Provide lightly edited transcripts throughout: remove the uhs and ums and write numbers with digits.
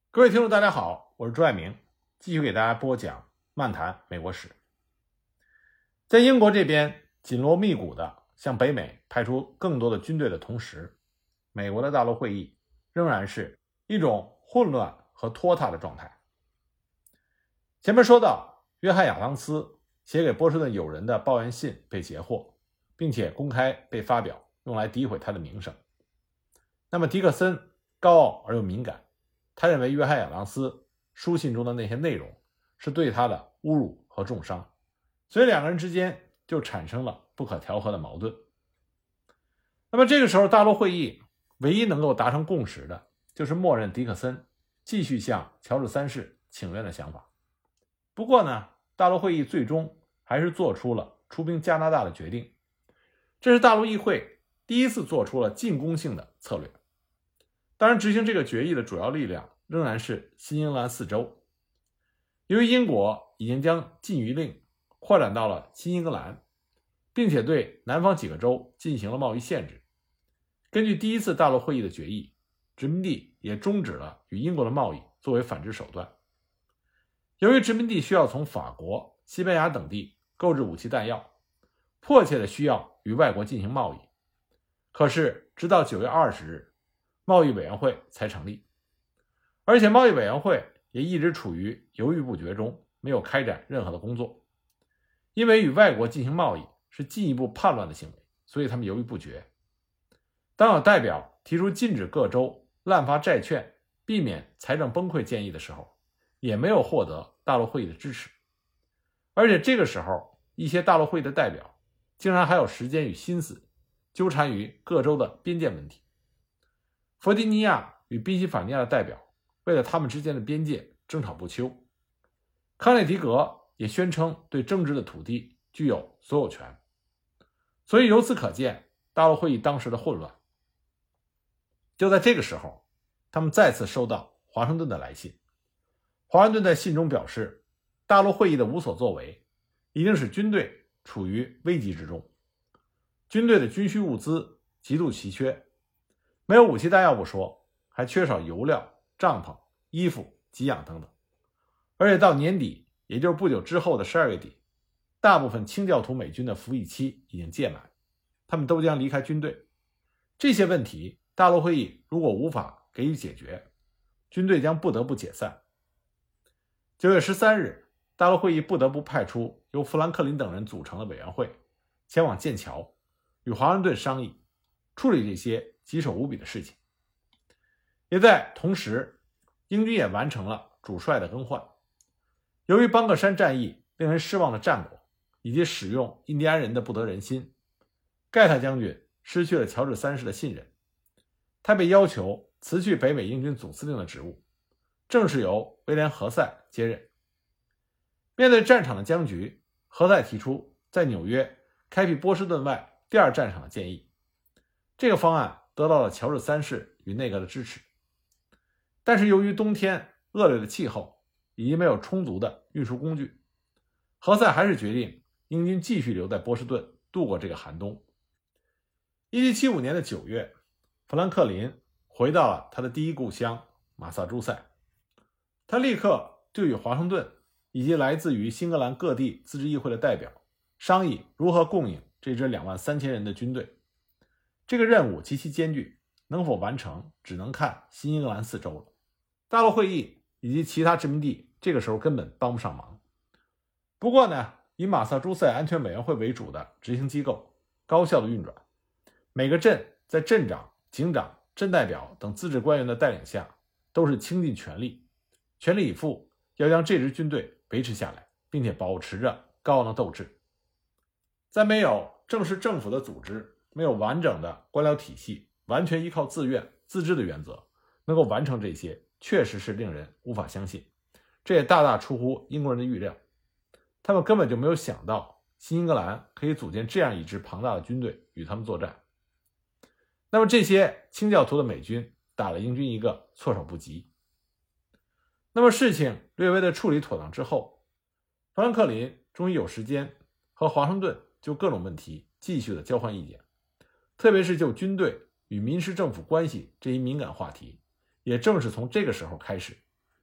各位听众大家好，我是朱爱明，继续给大家播讲漫谈美国史。在英国这边紧锣密鼓的向北美派出更多的军队的同时，美国的大陆会议仍然是一种混乱和拖沓的状态。前面说到，约翰亚当斯写给波士顿友人的抱怨信被截获，并且公开被发表，用来诋毁他的名声。那么迪克森高傲而又敏感，他认为约翰亚当斯书信中的那些内容是对他的侮辱和重伤，所以两个人之间就产生了不可调和的矛盾。那么这个时候大陆会议唯一能够达成共识的就是默认迪克森继续向乔治三世请愿的想法。不过呢，大陆会议最终还是做出了出兵加拿大的决定，这是大陆议会第一次做出了进攻性的策略。当然，执行这个决议的主要力量仍然是新英格兰4州。由于英国已经将禁渔令扩展到了新英格兰，并且对南方几个州进行了贸易限制，根据第一次大陆会议的决议，殖民地也终止了与英国的贸易作为反制手段。由于殖民地需要从法国、西班牙等地购置武器弹药，迫切的需要与外国进行贸易，可是直到9月20日贸易委员会才成立，而且贸易委员会也一直处于犹豫不决中，没有开展任何的工作。因为与外国进行贸易是进一步叛乱的行为，所以他们犹豫不决。当有代表提出禁止各州滥发债券，避免财政崩溃建议的时候，也没有获得大陆会议的支持。而且这个时候，一些大陆会议的代表竟然还有时间与心思纠缠于各州的边界问题。弗吉尼亚与宾夕法尼亚的代表为了他们之间的边界争吵不休，康涅狄格也宣称对征植的土地具有所有权。所以由此可见大陆会议当时的混乱。就在这个时候，他们再次收到华盛顿的来信。华盛顿在信中表示，大陆会议的无所作为已经使军队处于危机之中，军队的军需物资极度奇缺，没有武器弹药不说，还缺少油料、帐篷、衣服、给养等等。而且到年底，也就是不久之后的12月底，大部分清教徒美军的服役期已经届满，他们都将离开军队。这些问题大陆会议如果无法给予解决，军队将不得不解散。9月13日，大陆会议不得不派出由富兰克林等人组成的委员会前往剑桥，与华盛顿商议处理这些棘手无比的事情。也在同时，英军也完成了主帅的更换。由于邦克山战役令人失望的战果以及使用印第安人的不得人心，盖特将军失去了乔治三世的信任，他被要求辞去北美英军总司令的职务，正式由威廉·何塞接任。面对战场的僵局，何塞提出在纽约开辟波士顿外第二战场的建议。这个方案得到了乔治三世与内阁的支持。但是由于冬天恶劣的气候以及没有充足的运输工具，何塞还是决定英军继续留在波士顿度过这个寒冬。1775年的9月，富兰克林回到了他的第一故乡马萨诸塞，他立刻就与华盛顿以及来自于新英格兰各地自治议会的代表商议如何供应这支23000人的军队。这个任务极其艰巨，能否完成只能看新英格兰4州了。大陆会议以及其他殖民地这个时候根本帮不上忙。不过呢，以马萨诸塞安全委员会为主的执行机构高效的运转，每个镇在镇长、警长、镇代表等自治官员的带领下，都是倾尽全力，全力以赴要将这支军队维持下来，并且保持着高昂的斗志。在没有正式政府的组织，没有完整的官僚体系，完全依靠自愿自治的原则能够完成这些，确实是令人无法相信。这也大大出乎英国人的预料，他们根本就没有想到新英格兰可以组建这样一支庞大的军队与他们作战。那么这些清教徒的美军打了英军一个措手不及。那么事情略微的处理妥当之后，富兰克林终于有时间和华盛顿就各种问题继续的交换意见，特别是就军队与民事政府关系这一敏感话题，也正是从这个时候开始，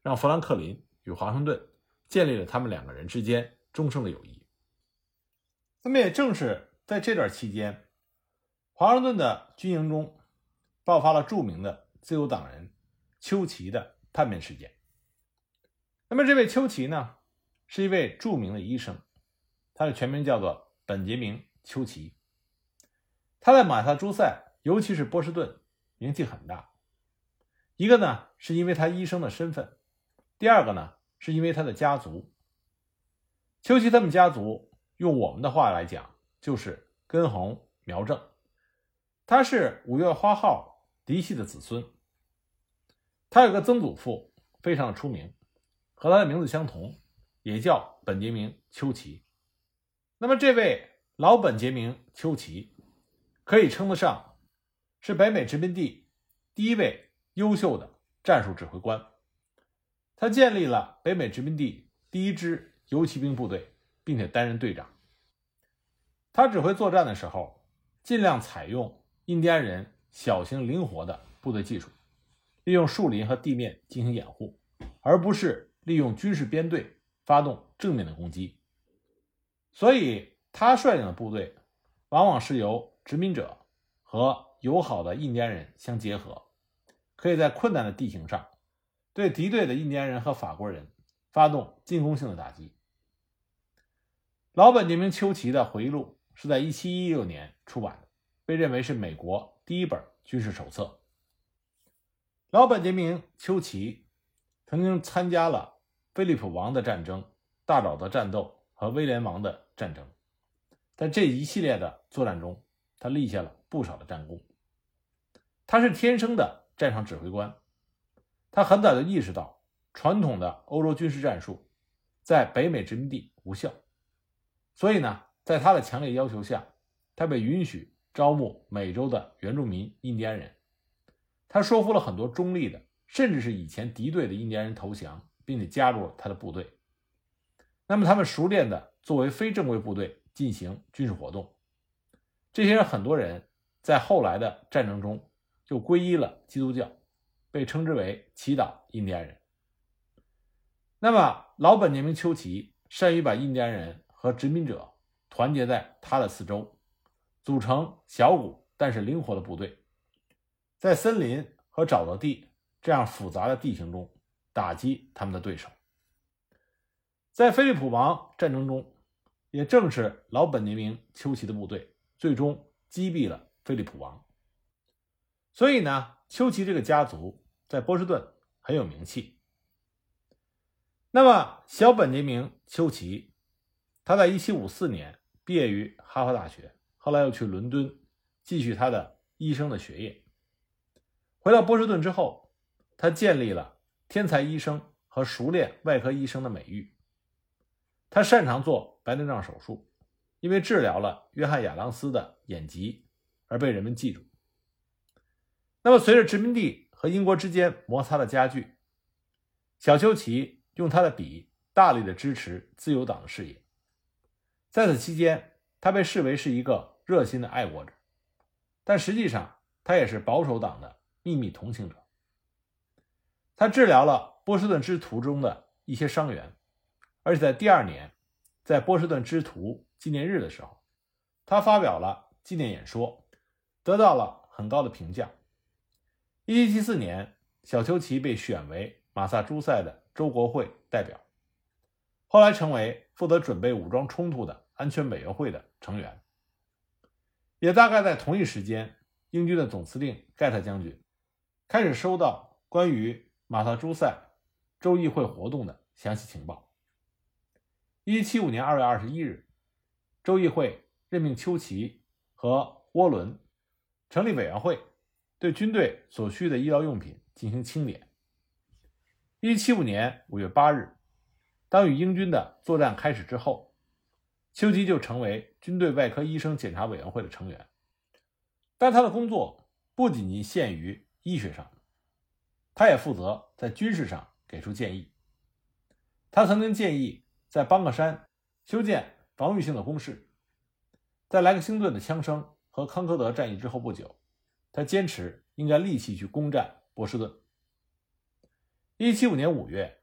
让富兰克林与华盛顿建立了他们2个人之间终生的友谊。那么也正是在这段期间，华盛顿的军营中爆发了著名的自由党人丘奇的叛变事件。那么这位丘奇呢，是一位著名的医生，他的全名叫做本杰明·丘奇。他在马萨诸塞，尤其是波士顿名气很大。一个呢是因为他医生的身份，第二个呢是因为他的家族。丘奇他们家族用我们的话来讲就是根红苗正，他是5月花号嫡系的子孙。他有个曾祖父非常的出名，和他的名字相同，也叫本杰明·丘奇。那么这位老本杰明·丘奇可以称得上是北美殖民地第一位优秀的战术指挥官。他建立了北美殖民地第一支游骑兵部队，并且担任队长。他指挥作战的时候，尽量采用印第安人小型灵活的部队技术，利用树林和地面进行掩护，而不是利用军事编队发动正面的攻击。所以他率领的部队往往是由殖民者和友好的印第安人相结合，可以在困难的地形上对敌对的印第安人和法国人发动进攻性的打击。老本杰明·丘奇的回忆录是在1716年出版的，被认为是美国第一本军事手册。老本杰明·丘奇曾经参加了菲利普王的战争、大沼泽战斗和威廉王的战争，在这一系列的作战中，他立下了不少的战功。他是天生的战场指挥官，他很早就意识到传统的欧洲军事战术在北美殖民地无效，所以呢，在他的强烈要求下，他被允许招募美洲的原住民印第安人。他说服了很多中立的，甚至是以前敌对的印第安人投降，并且加入了他的部队。那么他们熟练地作为非正规部队进行军事活动。这些人很多人在后来的战争中就皈依了基督教，被称之为祈祷印第安人。那么老本杰明·丘奇善于把印第安人和殖民者团结在他的四周，组成小股但是灵活的部队，在森林和沼泽地这样复杂的地形中打击他们的对手。在菲利普王战争中，也正是老本杰明·丘奇的部队最终击毙了菲利普王。所以呢，丘奇这个家族在波士顿很有名气。那么小本杰明·丘奇，他在1754年毕业于哈佛大学，后来又去伦敦继续他的医生的学业。回到波士顿之后，他建立了天才医生和熟练外科医生的美誉。他擅长做白内障手术，因为治疗了约翰·亚当斯的眼疾而被人们记住。那么随着殖民地和英国之间摩擦的加剧，小丘奇用他的笔大力的支持自由党的事业。在此期间，他被视为是一个热心的爱国者，但实际上他也是保守党的秘密同情者。他治疗了波士顿之途中的一些伤员，而且在第2年，在波士顿之途纪念日的时候，他发表了纪念演说，得到了很高的评价。1774年，小丘奇被选为马萨诸塞的州国会代表，后来成为负责准备武装冲突的安全委员会的成员。也大概在同一时间，英军的总司令盖特将军开始收到关于马萨诸塞州议会活动的详细情报。1775年2月21日，州议会任命丘奇和涡伦成立委员会，对军队所需的医疗用品进行清点。1775年5月8日，当与英军的作战开始之后，丘奇就成为军队外科医生检查委员会的成员。但他的工作不仅仅限于医学上，他也负责在军事上给出建议。他曾经建议在邦克山修建防御性的工事。在莱克星顿的枪声和康科德战役之后不久，他坚持应该立即去攻占波士顿。1775年5月，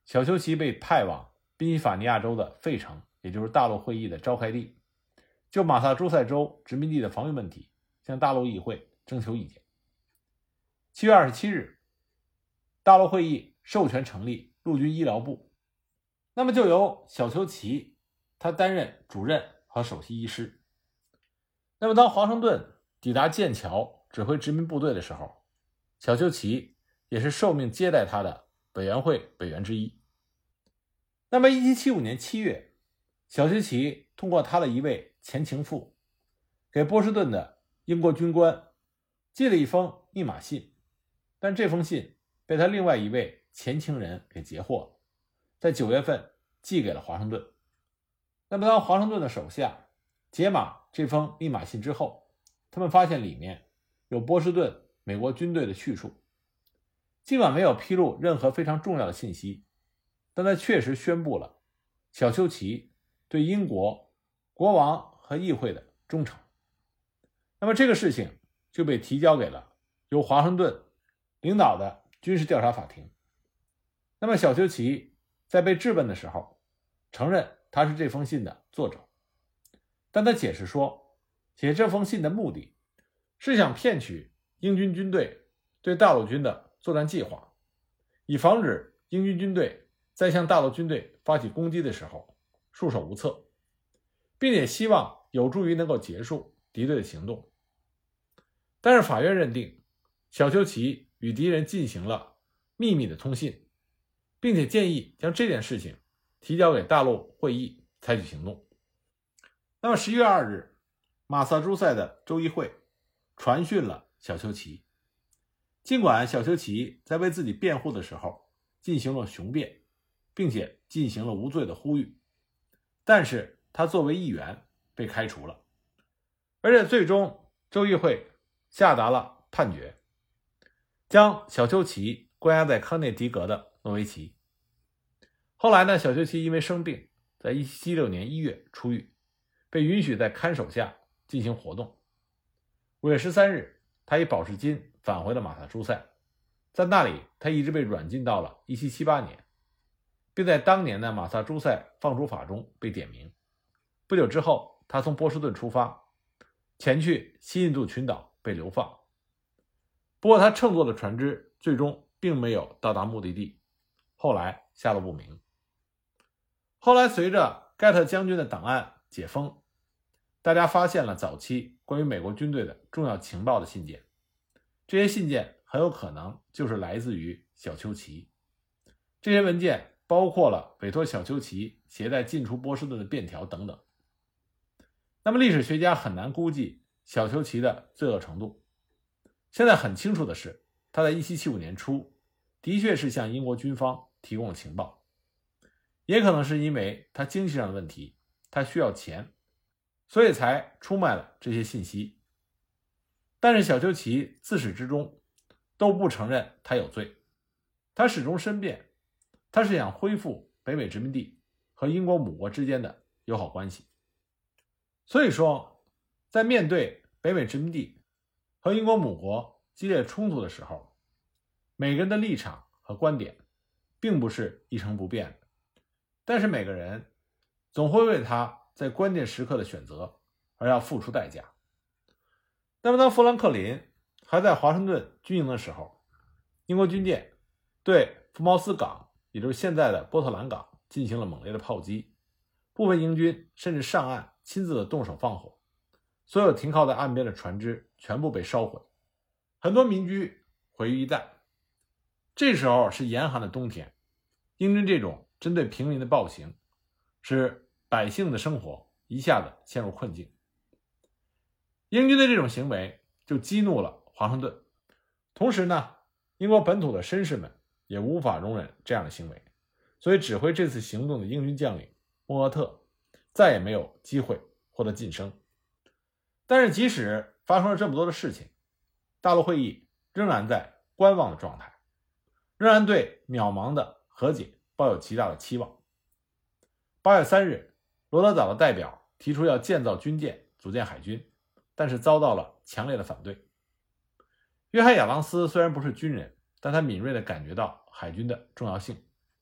小丘奇被派往宾夕法尼亚州的费城，也就是大陆会议的召开地，就马萨诸塞州殖民地的防御问题向大陆议会征求意见。7月27日，大陆会议授权成立陆军医疗部，那么就由小丘奇他担任主任和首席医师。那么当华盛顿抵达剑桥指挥殖民部队的时候，小丘奇也是受命接待他的委员会委员之一。那么1775年7月，小丘奇通过他的一位前情妇给波士顿的英国军官寄了一封密码信，但这封信被他另外一位前情人给截获了，在9月份寄给了华盛顿。那么当华盛顿的手下解码这封密码信之后，他们发现里面有波士顿美国军队的叙述，尽管没有披露任何非常重要的信息，但他确实宣布了小丘奇对英国国王和议会的忠诚。那么这个事情就被提交给了由华盛顿领导的军事调查法庭。那么小丘奇在被质问的时候承认他是这封信的作者，但他解释说，写这封信的目的是想骗取英军军队对大陆军的作战计划，以防止英军军队在向大陆军队发起攻击的时候束手无策，并且希望有助于能够结束敌对的行动。但是法院认定小丘奇与敌人进行了秘密的通信，并且建议将这件事情提交给大陆会议采取行动。那么11月2日，马萨诸塞的州议会传讯了小丘奇。尽管小丘奇在为自己辩护的时候进行了雄辩，并且进行了无罪的呼吁，但是他作为议员被开除了，而且最终州议会下达了判决，将小丘奇关押在康涅狄格的诺维奇。后来呢，小丘奇因为生病，在1776年1月出狱，被允许在看守下进行活动。5月13日，他以保释金返回了马萨诸塞，在那里他一直被软禁到了1778年，并在当年的马萨诸塞放逐法中被点名。不久之后，他从波士顿出发，前去西印度群岛被流放。不过他乘坐的船只最终并没有到达目的地，后来下落不明。后来随着盖特将军的档案解封，大家发现了早期关于美国军队的重要情报的信件，这些信件很有可能就是来自于小丘奇。这些文件包括了委托小丘奇携带进出波士顿的便条等等。那么历史学家很难估计小丘奇的罪恶程度，现在很清楚的是，他在1775年初的确是向英国军方提供了情报，也可能是因为他经济上的问题，他需要钱，所以才出卖了这些信息。但是小丘奇自始至终都不承认他有罪，他始终申辩，他是想恢复北美殖民地和英国母国之间的友好关系。所以说，在面对北美殖民地和英国母国激烈冲突的时候，每个人的立场和观点并不是一成不变的，但是每个人总会为他在关键时刻的选择而要付出代价。那么当富兰克林还在华盛顿军营的时候，英国军舰对福茅斯港，也就是现在的波特兰港进行了猛烈的炮击，部分英军甚至上岸亲自的动手放火，所有停靠在岸边的船只全部被烧毁，很多民居毁于一旦。这时候是严寒的冬天，英军这种针对平民的暴行使百姓的生活一下子陷入困境。英军的这种行为就激怒了华盛顿，同时呢，英国本土的绅士们也无法容忍这样的行为，所以指挥这次行动的英军将领莫厄特再也没有机会获得晋升。但是即使发生了这么多的事情，大陆会议仍然在观望的状态，仍然对渺茫的和解抱有极大的期望。8月3日，罗德岛的代表提出要建造军舰组建海军，但是遭到了强烈的反对。约翰·亚当斯虽然不是军人，但他敏锐地感觉到海军的重要性。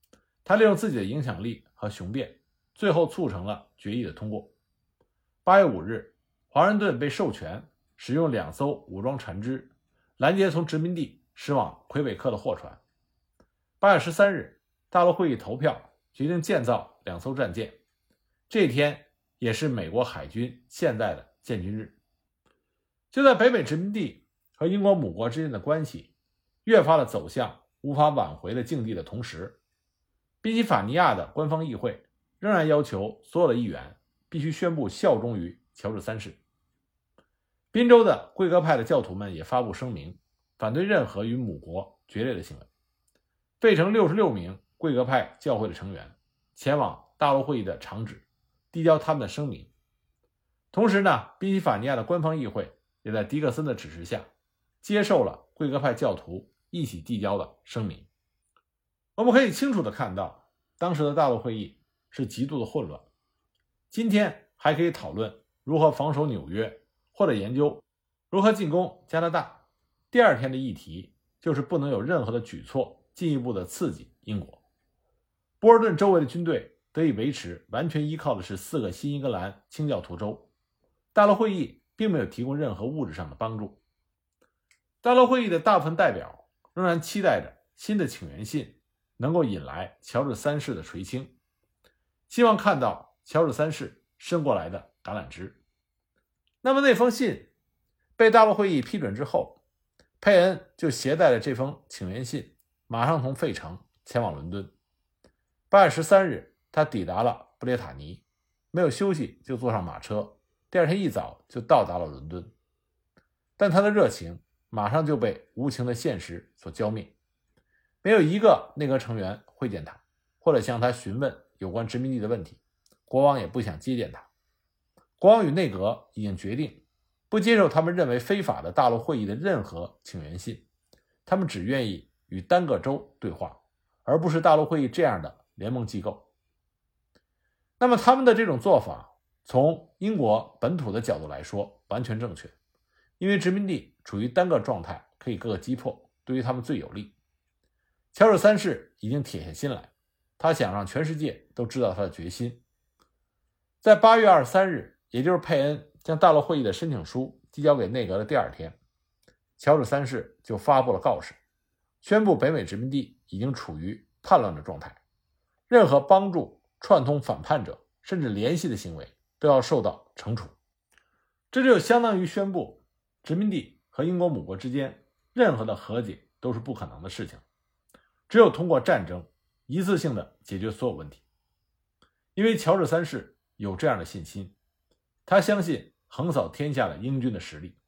他利用自己的影响力和雄辩，最后促成了决议的通过。8月5日，华盛顿被授权使用2艘武装船只拦截从殖民地驶往魁北克的货船。8月13日，大陆会议投票决定建造2艘战舰，这一天也是美国海军现在的建军日。就在北美殖民地和英国母国之间的关系越发的走向无法挽回的境地的同时，宾夕法尼亚的官方议会仍然要求所有的议员必须宣布效忠于乔治3世。宾州的贵格派的教徒们也发布声明，反对任何与母国决裂的行为。费城66名贵格派教会的成员前往大陆会议的场址递交他们的声明。同时呢，宾夕法尼亚的官方议会也在迪克森的指示下接受了贵格派教徒一起递交的声明。我们可以清楚地看到，当时的大陆会议是极度的混乱。今天还可以讨论如何防守纽约，或者研究如何进攻加拿大。第二天的议题就是不能有任何的举措进一步的刺激英国。波尔顿周围的军队得以维持，完全依靠的是4个新英格兰清教徒州。大陆会议并没有提供任何物质上的帮助。大陆会议的大部分代表仍然期待着新的请愿信能够引来乔治3世的垂青，希望看到乔治3世伸过来的橄榄枝。那么那封信被大陆会议批准之后，佩恩就携带了这封请愿信马上从费城前往伦敦。8月13日，他抵达了布列塔尼，没有休息就坐上马车，第二天一早就到达了伦敦。但他的热情马上就被无情的现实所浇灭，没有一个内阁成员会见他，或者向他询问有关殖民地的问题，国王也不想接见他。国王与内阁已经决定不接受他们认为非法的大陆会议的任何请愿信，他们只愿意与单个州对话，而不是大陆会议这样的联盟机构。那么他们的这种做法从英国本土的角度来说完全正确，因为殖民地处于单个状态，可以各个击破，对于他们最有利。乔治3世已经铁下心来，他想让全世界都知道他的决心。在8月23日，也就是佩恩将大陆会议的申请书递交给内阁的第二天，乔治3世就发布了告示，宣布北美殖民地已经处于叛乱的状态，任何帮助串通反叛者甚至联系的行为都要受到惩处。这就相当于宣布殖民地和英国母国之间任何的和解都是不可能的事情，只有通过战争一次性的解决所有问题。因为乔治3世有这样的信心，他相信横扫天下的英军的实力。